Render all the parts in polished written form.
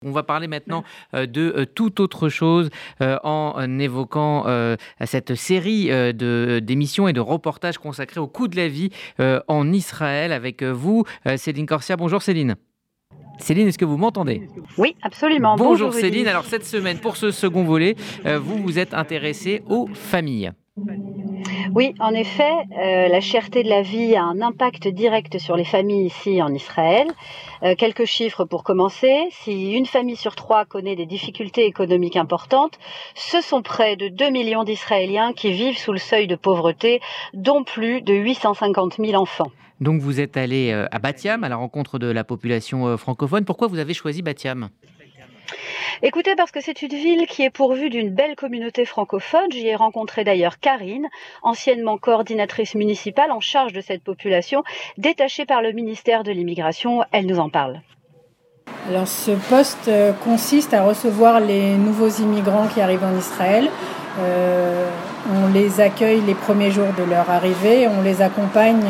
On va parler maintenant de toute autre chose en évoquant cette série d'émissions et de reportages consacrés au coût de la vie en Israël avec vous, Céline Corsia. Bonjour Céline. Céline, est-ce que vous m'entendez ? Oui, absolument. Bonjour Céline. Alors cette semaine, pour ce second volet, vous vous êtes intéressée aux familles. Oui, en effet, la cherté de la vie a un impact direct sur les familles ici en Israël. Quelques chiffres pour commencer. Si une famille sur 3 connaît des difficultés économiques importantes, ce sont près de 2 millions d'Israéliens qui vivent sous le seuil de pauvreté, dont plus de 850 000 enfants. Donc vous êtes allée à Bat Yam, à la rencontre de la population francophone. Pourquoi vous avez choisi Bat Yam ? Écoutez, parce que c'est une ville qui est pourvue d'une belle communauté francophone. J'y ai rencontré d'ailleurs Karine, anciennement coordinatrice municipale en charge de cette population, détachée par le ministère de l'Immigration. Elle nous en parle. Alors ce poste consiste à recevoir les nouveaux immigrants qui arrivent en Israël. On les accueille les premiers jours de leur arrivée, on les accompagne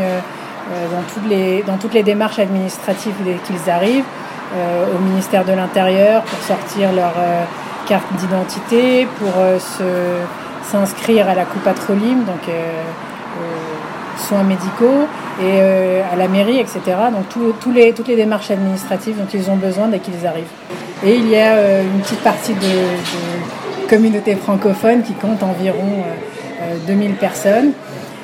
dans toutes les démarches administratives dès qu'ils arrivent, au ministère de l'Intérieur pour sortir leur carte d'identité, pour s'inscrire à la Coupat Cholim, donc soins médicaux, et à la mairie, etc. Donc toutes les démarches administratives dont ils ont besoin dès qu'ils arrivent. Et il y a une petite partie de communauté francophone qui compte environ 2000 personnes,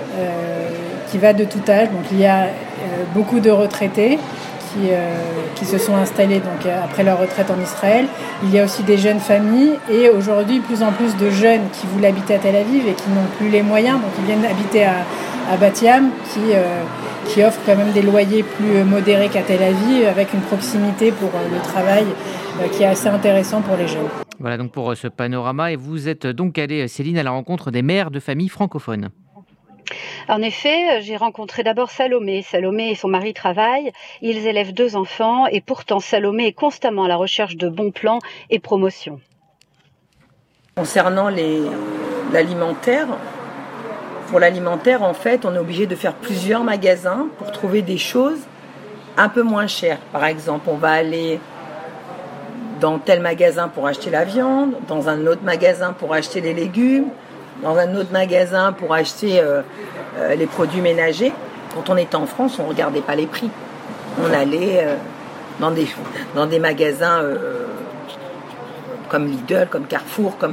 qui va de tout âge. Donc il y a beaucoup de retraités qui se sont installés donc, après leur retraite en Israël. Il y a aussi des jeunes familles et aujourd'hui plus en plus de jeunes qui voulaient habiter à Tel Aviv et qui n'ont plus les moyens, donc ils viennent habiter à Bat Yam qui offre quand même des loyers plus modérés qu'à Tel Aviv avec une proximité pour le travail qui est assez intéressant pour les jeunes. Voilà donc pour ce panorama, et vous êtes donc allée, Céline, à la rencontre des mères de familles francophones. En effet, j'ai rencontré d'abord Salomé. Salomé et son mari travaillent, ils élèvent 2 enfants et pourtant Salomé est constamment à la recherche de bons plans et promotions. Concernant l'alimentaire, pour l'alimentaire, en fait, on est obligé de faire plusieurs magasins pour trouver des choses un peu moins chères. Par exemple, on va aller dans tel magasin pour acheter la viande, dans un autre magasin pour acheter les légumes, dans un autre magasin pour acheter les produits ménagers. Quand on était en France, on ne regardait pas les prix. On allait dans des magasins comme Lidl, comme Carrefour, on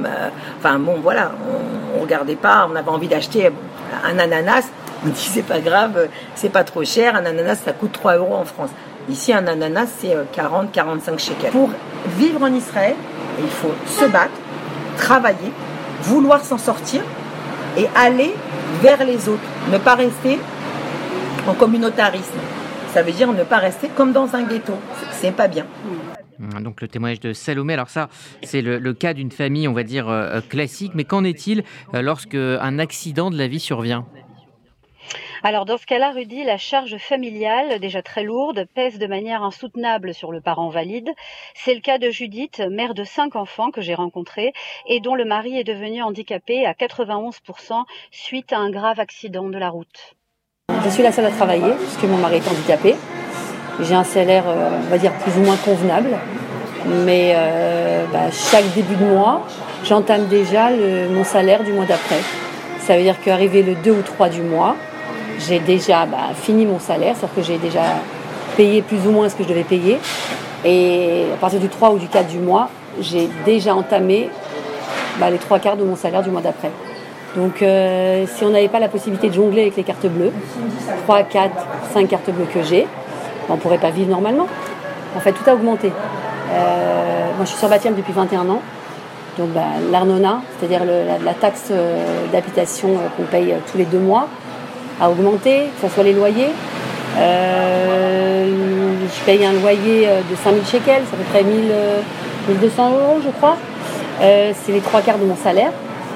ne regardait pas. On avait envie d'acheter un ananas. On dit c'est pas grave, c'est pas trop cher. Un ananas, ça coûte 3 € en France. Ici, un ananas, c'est 40-45 shekels. Pour vivre en Israël, il faut se battre, travailler, vouloir s'en sortir et aller vers les autres. Ne pas rester en communautarisme. Ça veut dire ne pas rester comme dans un ghetto. C'est pas bien. Donc le témoignage de Salomé, alors ça c'est le cas d'une famille on va dire classique, mais qu'en est-il lorsque un accident de la vie survient ? Alors dans ce cas-là, Rudy, la charge familiale, déjà très lourde, pèse de manière insoutenable sur le parent valide. C'est le cas de Judith, mère de 5 enfants que j'ai rencontrés et dont le mari est devenu handicapé à 91% suite à un grave accident de la route. Je suis la seule à travailler puisque mon mari est handicapé. J'ai un salaire, on va dire, plus ou moins convenable. Mais chaque début de mois, j'entame déjà mon salaire du mois d'après. Ça veut dire qu'arrivé le 2 ou 3 du mois, j'ai déjà fini mon salaire, c'est-à-dire que j'ai déjà payé plus ou moins ce que je devais payer. Et à partir du 3 ou du 4 du mois, j'ai déjà entamé les 3/4 de mon salaire du mois d'après. Donc si on n'avait pas la possibilité de jongler avec les cartes bleues, 3, 4, 5 cartes bleues que j'ai, on ne pourrait pas vivre normalement. En fait, tout a augmenté. Moi, je suis sur Bat Yam depuis 21 ans. Donc l'Arnona, c'est-à-dire la taxe d'habitation qu'on paye tous les 2 mois, a augmenté, que ce soit les loyers. Je paye un loyer de 5000 shekels, c'est à peu près 1200 €, je crois. C'est les 3/4 de mon salaire.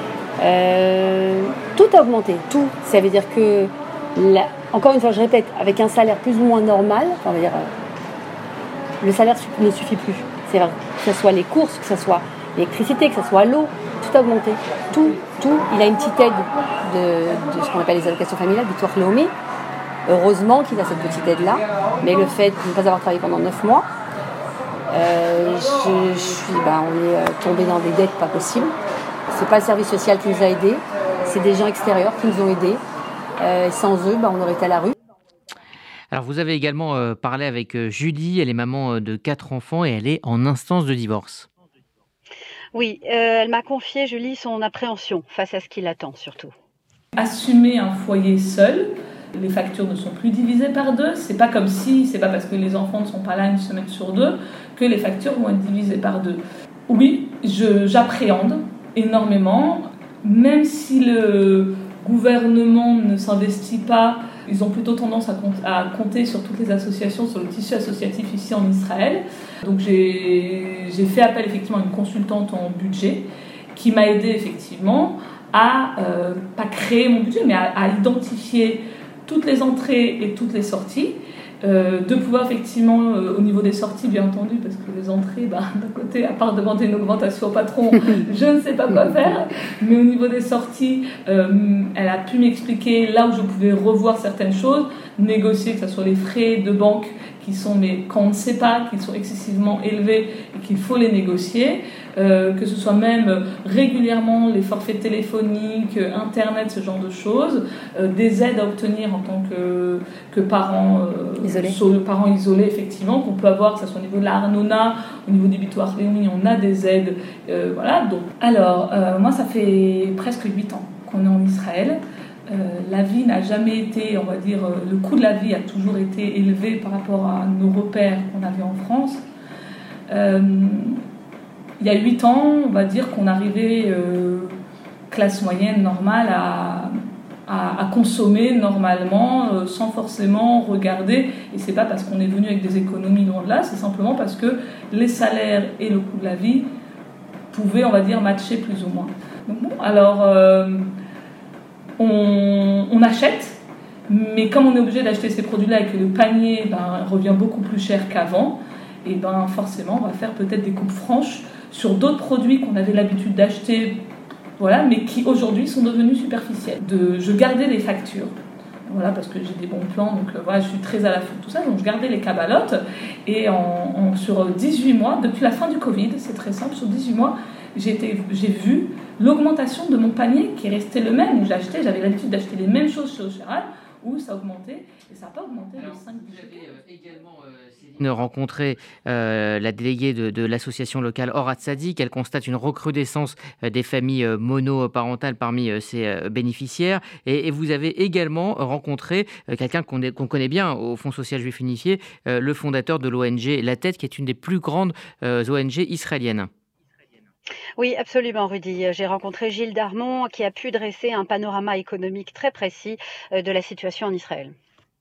Tout a augmenté, tout. Ça veut dire que, encore une fois, je répète, avec un salaire plus ou moins normal, on va dire, le salaire ne suffit plus. C'est vrai, que ce soit les courses, que ce soit l'électricité, que ce soit l'eau, tout a augmenté. Tout. Il a une petite aide de ce qu'on appelle les allocations familiales, du Bitur Leumi. Heureusement qu'il a cette petite aide-là, mais le fait de ne pas avoir travaillé pendant 9 mois, On est tombé dans des dettes pas possibles. C'est pas le service social qui nous a aidés, c'est des gens extérieurs qui nous ont aidés. Et sans eux, on aurait été à la rue. Alors vous avez également parlé avec Julie, elle est maman de 4 enfants et elle est en instance de divorce. Oui, elle m'a confié, Julie, son appréhension face à ce qui l'attend surtout. Assumer un foyer seul, les factures ne sont plus divisées par 2. C'est pas parce que les enfants ne sont pas là une semaine sur 2 que les factures vont être divisées par 2. Oui, j'appréhende énormément, même si le gouvernement ne s'investit pas, ils ont plutôt tendance à compter sur toutes les associations, sur le tissu associatif ici en Israël. Donc j'ai fait appel effectivement à une consultante en budget qui m'a aidée effectivement à pas créer mon budget, mais à identifier toutes les entrées et toutes les sorties, de pouvoir effectivement, au niveau des sorties bien entendu, parce que les entrées, d'un côté, à part demander une augmentation au patron, je ne sais pas quoi faire, mais au niveau des sorties, elle a pu m'expliquer là où je pouvais revoir certaines choses, négocier, que ce soit les frais de banque qui sont, mais quand on ne sait pas, qu'ils sont excessivement élevés et qu'il faut les négocier, que ce soit même régulièrement les forfaits téléphoniques, internet, ce genre de choses, des aides à obtenir en tant que parents isolés, effectivement, qu'on peut avoir, que ce soit au niveau de la Arnona, au niveau du Bitoire Léonie, on a des aides, voilà. Donc, alors, moi, ça fait presque 8 ans qu'on est en Israël. La vie n'a jamais été, on va dire, le coût de la vie a toujours été élevé par rapport à nos repères qu'on avait en France. Il y a 8 ans, on va dire qu'on arrivait, classe moyenne normale, à consommer normalement, sans forcément regarder. Et c'est pas parce qu'on est venu avec des économies loin de là, c'est simplement parce que les salaires et le coût de la vie pouvaient, on va dire, matcher plus ou moins. Donc bon, alors... On achète, mais comme on est obligé d'acheter ces produits-là et que le panier revient beaucoup plus cher qu'avant, et forcément on va faire peut-être des coupes franches sur d'autres produits qu'on avait l'habitude d'acheter, voilà, mais qui aujourd'hui sont devenus superficiels. Je gardais les factures, voilà, parce que j'ai des bons plans, donc voilà, je suis très à l'affût de tout ça, donc je gardais les cabalotes, et sur 18 mois, depuis la fin du Covid, c'est très simple, sur 18 mois, j'ai vu l'augmentation de mon panier qui est resté le même, où j'avais l'habitude d'acheter les mêmes choses chez Ocheral, où ça a augmenté, et ça n'a pas augmenté de 5%. Vous avez également, Céline, rencontré la déléguée de l'association locale Or HaTzadik. Elle constate une recrudescence des familles monoparentales parmi ses bénéficiaires. Et vous avez également rencontré quelqu'un qu'on connaît bien au Fonds social juif unifié, le fondateur de l'ONG La Tête, qui est une des plus grandes ONG israéliennes. Oui, absolument, Rudy. J'ai rencontré Gilles Darmon qui a pu dresser un panorama économique très précis de la situation en Israël.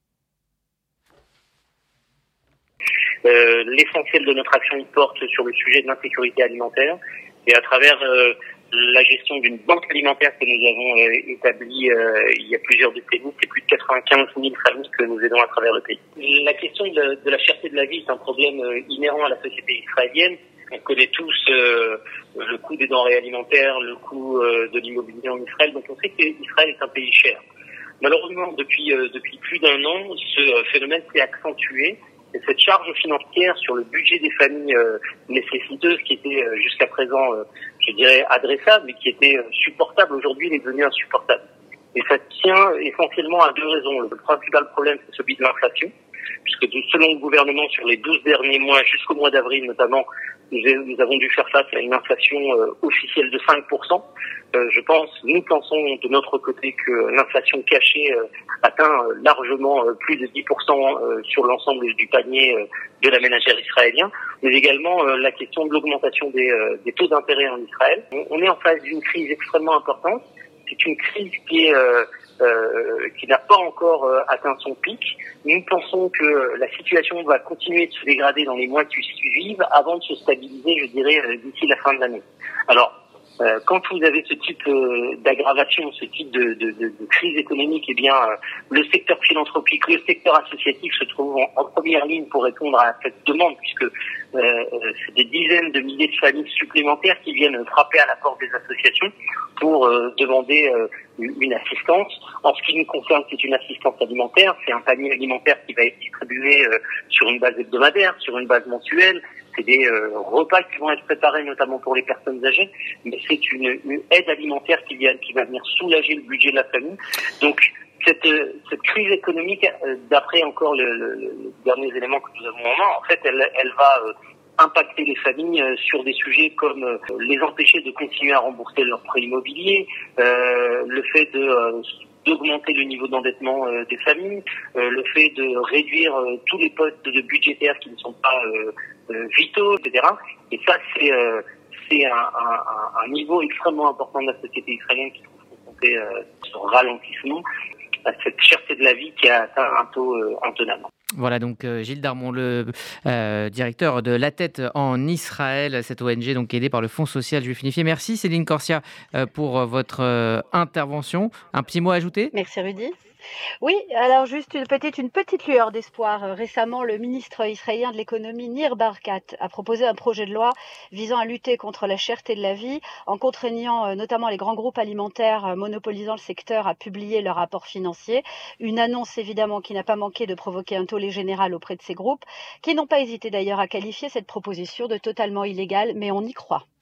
L'essentiel de notre action porte sur le sujet de l'insécurité alimentaire et à travers la gestion d'une banque alimentaire que nous avons établie il y a plusieurs décennies, c'est plus de 95 000 familles que nous aidons à travers le pays. La question de la cherté de la vie est un problème inhérent à la société israélienne. On connaît tous le coût des denrées alimentaires, le coût de l'immobilier en Israël, donc on sait qu'Israël est un pays cher. Malheureusement, depuis plus d'un an, ce phénomène s'est accentué. Et cette charge financière sur le budget des familles nécessiteuses, qui était jusqu'à présent, je dirais, adressable, mais qui était supportable, aujourd'hui, elle est devenue insupportable. Et ça tient essentiellement à 2 raisons. Le principal problème, c'est celui de l'inflation, puisque selon le gouvernement, sur les 12 derniers mois, jusqu'au mois d'avril notamment, nous avons dû faire face à une inflation officielle de 5%. Nous pensons de notre côté que l'inflation cachée atteint largement plus de 10% sur l'ensemble du panier de la ménagère israélien, mais également la question de l'augmentation des taux d'intérêt en Israël. On est en face d'une crise extrêmement importante. C'est une crise qui n'a pas encore atteint son pic. Nous pensons que la situation va continuer de se dégrader dans les mois qui suivent avant de se stabiliser, je dirais, d'ici la fin de l'année. Alors, quand vous avez ce type d'aggravation, ce type de crise économique, eh bien, le secteur philanthropique, le secteur associatif se trouve en première ligne pour répondre à cette demande, puisque c'est des dizaines de milliers de familles supplémentaires qui viennent frapper à la porte des associations pour demander une assistance. En ce qui nous concerne, c'est une assistance alimentaire, c'est un panier alimentaire qui va être distribué sur une base hebdomadaire, sur une base mensuelle. c'est des repas qui vont être préparés notamment pour les personnes âgées, mais c'est une aide alimentaire qui va venir soulager le budget de la famille. Donc cette crise économique, d'après encore les derniers éléments que nous avons en main, en fait, elle va impacter les familles sur des sujets comme les empêcher de continuer à rembourser leurs prêts immobiliers, le fait d'augmenter le niveau d'endettement des familles, le fait de réduire tous les postes de budgétaires qui ne sont pas vitaux, etc. Et ça, c'est un niveau extrêmement important de la société israélienne qui se trouve confrontée à ce ralentissement, à cette cherté de la vie qui a atteint un taux intenable. Voilà donc Gilles Darmon, le directeur de La Tête en Israël, cette ONG donc aidée par le Fonds social juif unifié. Merci Céline Corsia pour votre intervention. Un petit mot à ajouter ? Merci Rudy. Oui, alors juste une petite lueur d'espoir. Récemment, le ministre israélien de l'économie, Nir Barkat, a proposé un projet de loi visant à lutter contre la cherté de la vie en contraignant notamment les grands groupes alimentaires monopolisant le secteur à publier leurs rapports financiers. Une annonce évidemment qui n'a pas manqué de provoquer un tollé général auprès de ces groupes, qui n'ont pas hésité d'ailleurs à qualifier cette proposition de totalement illégale, mais on y croit.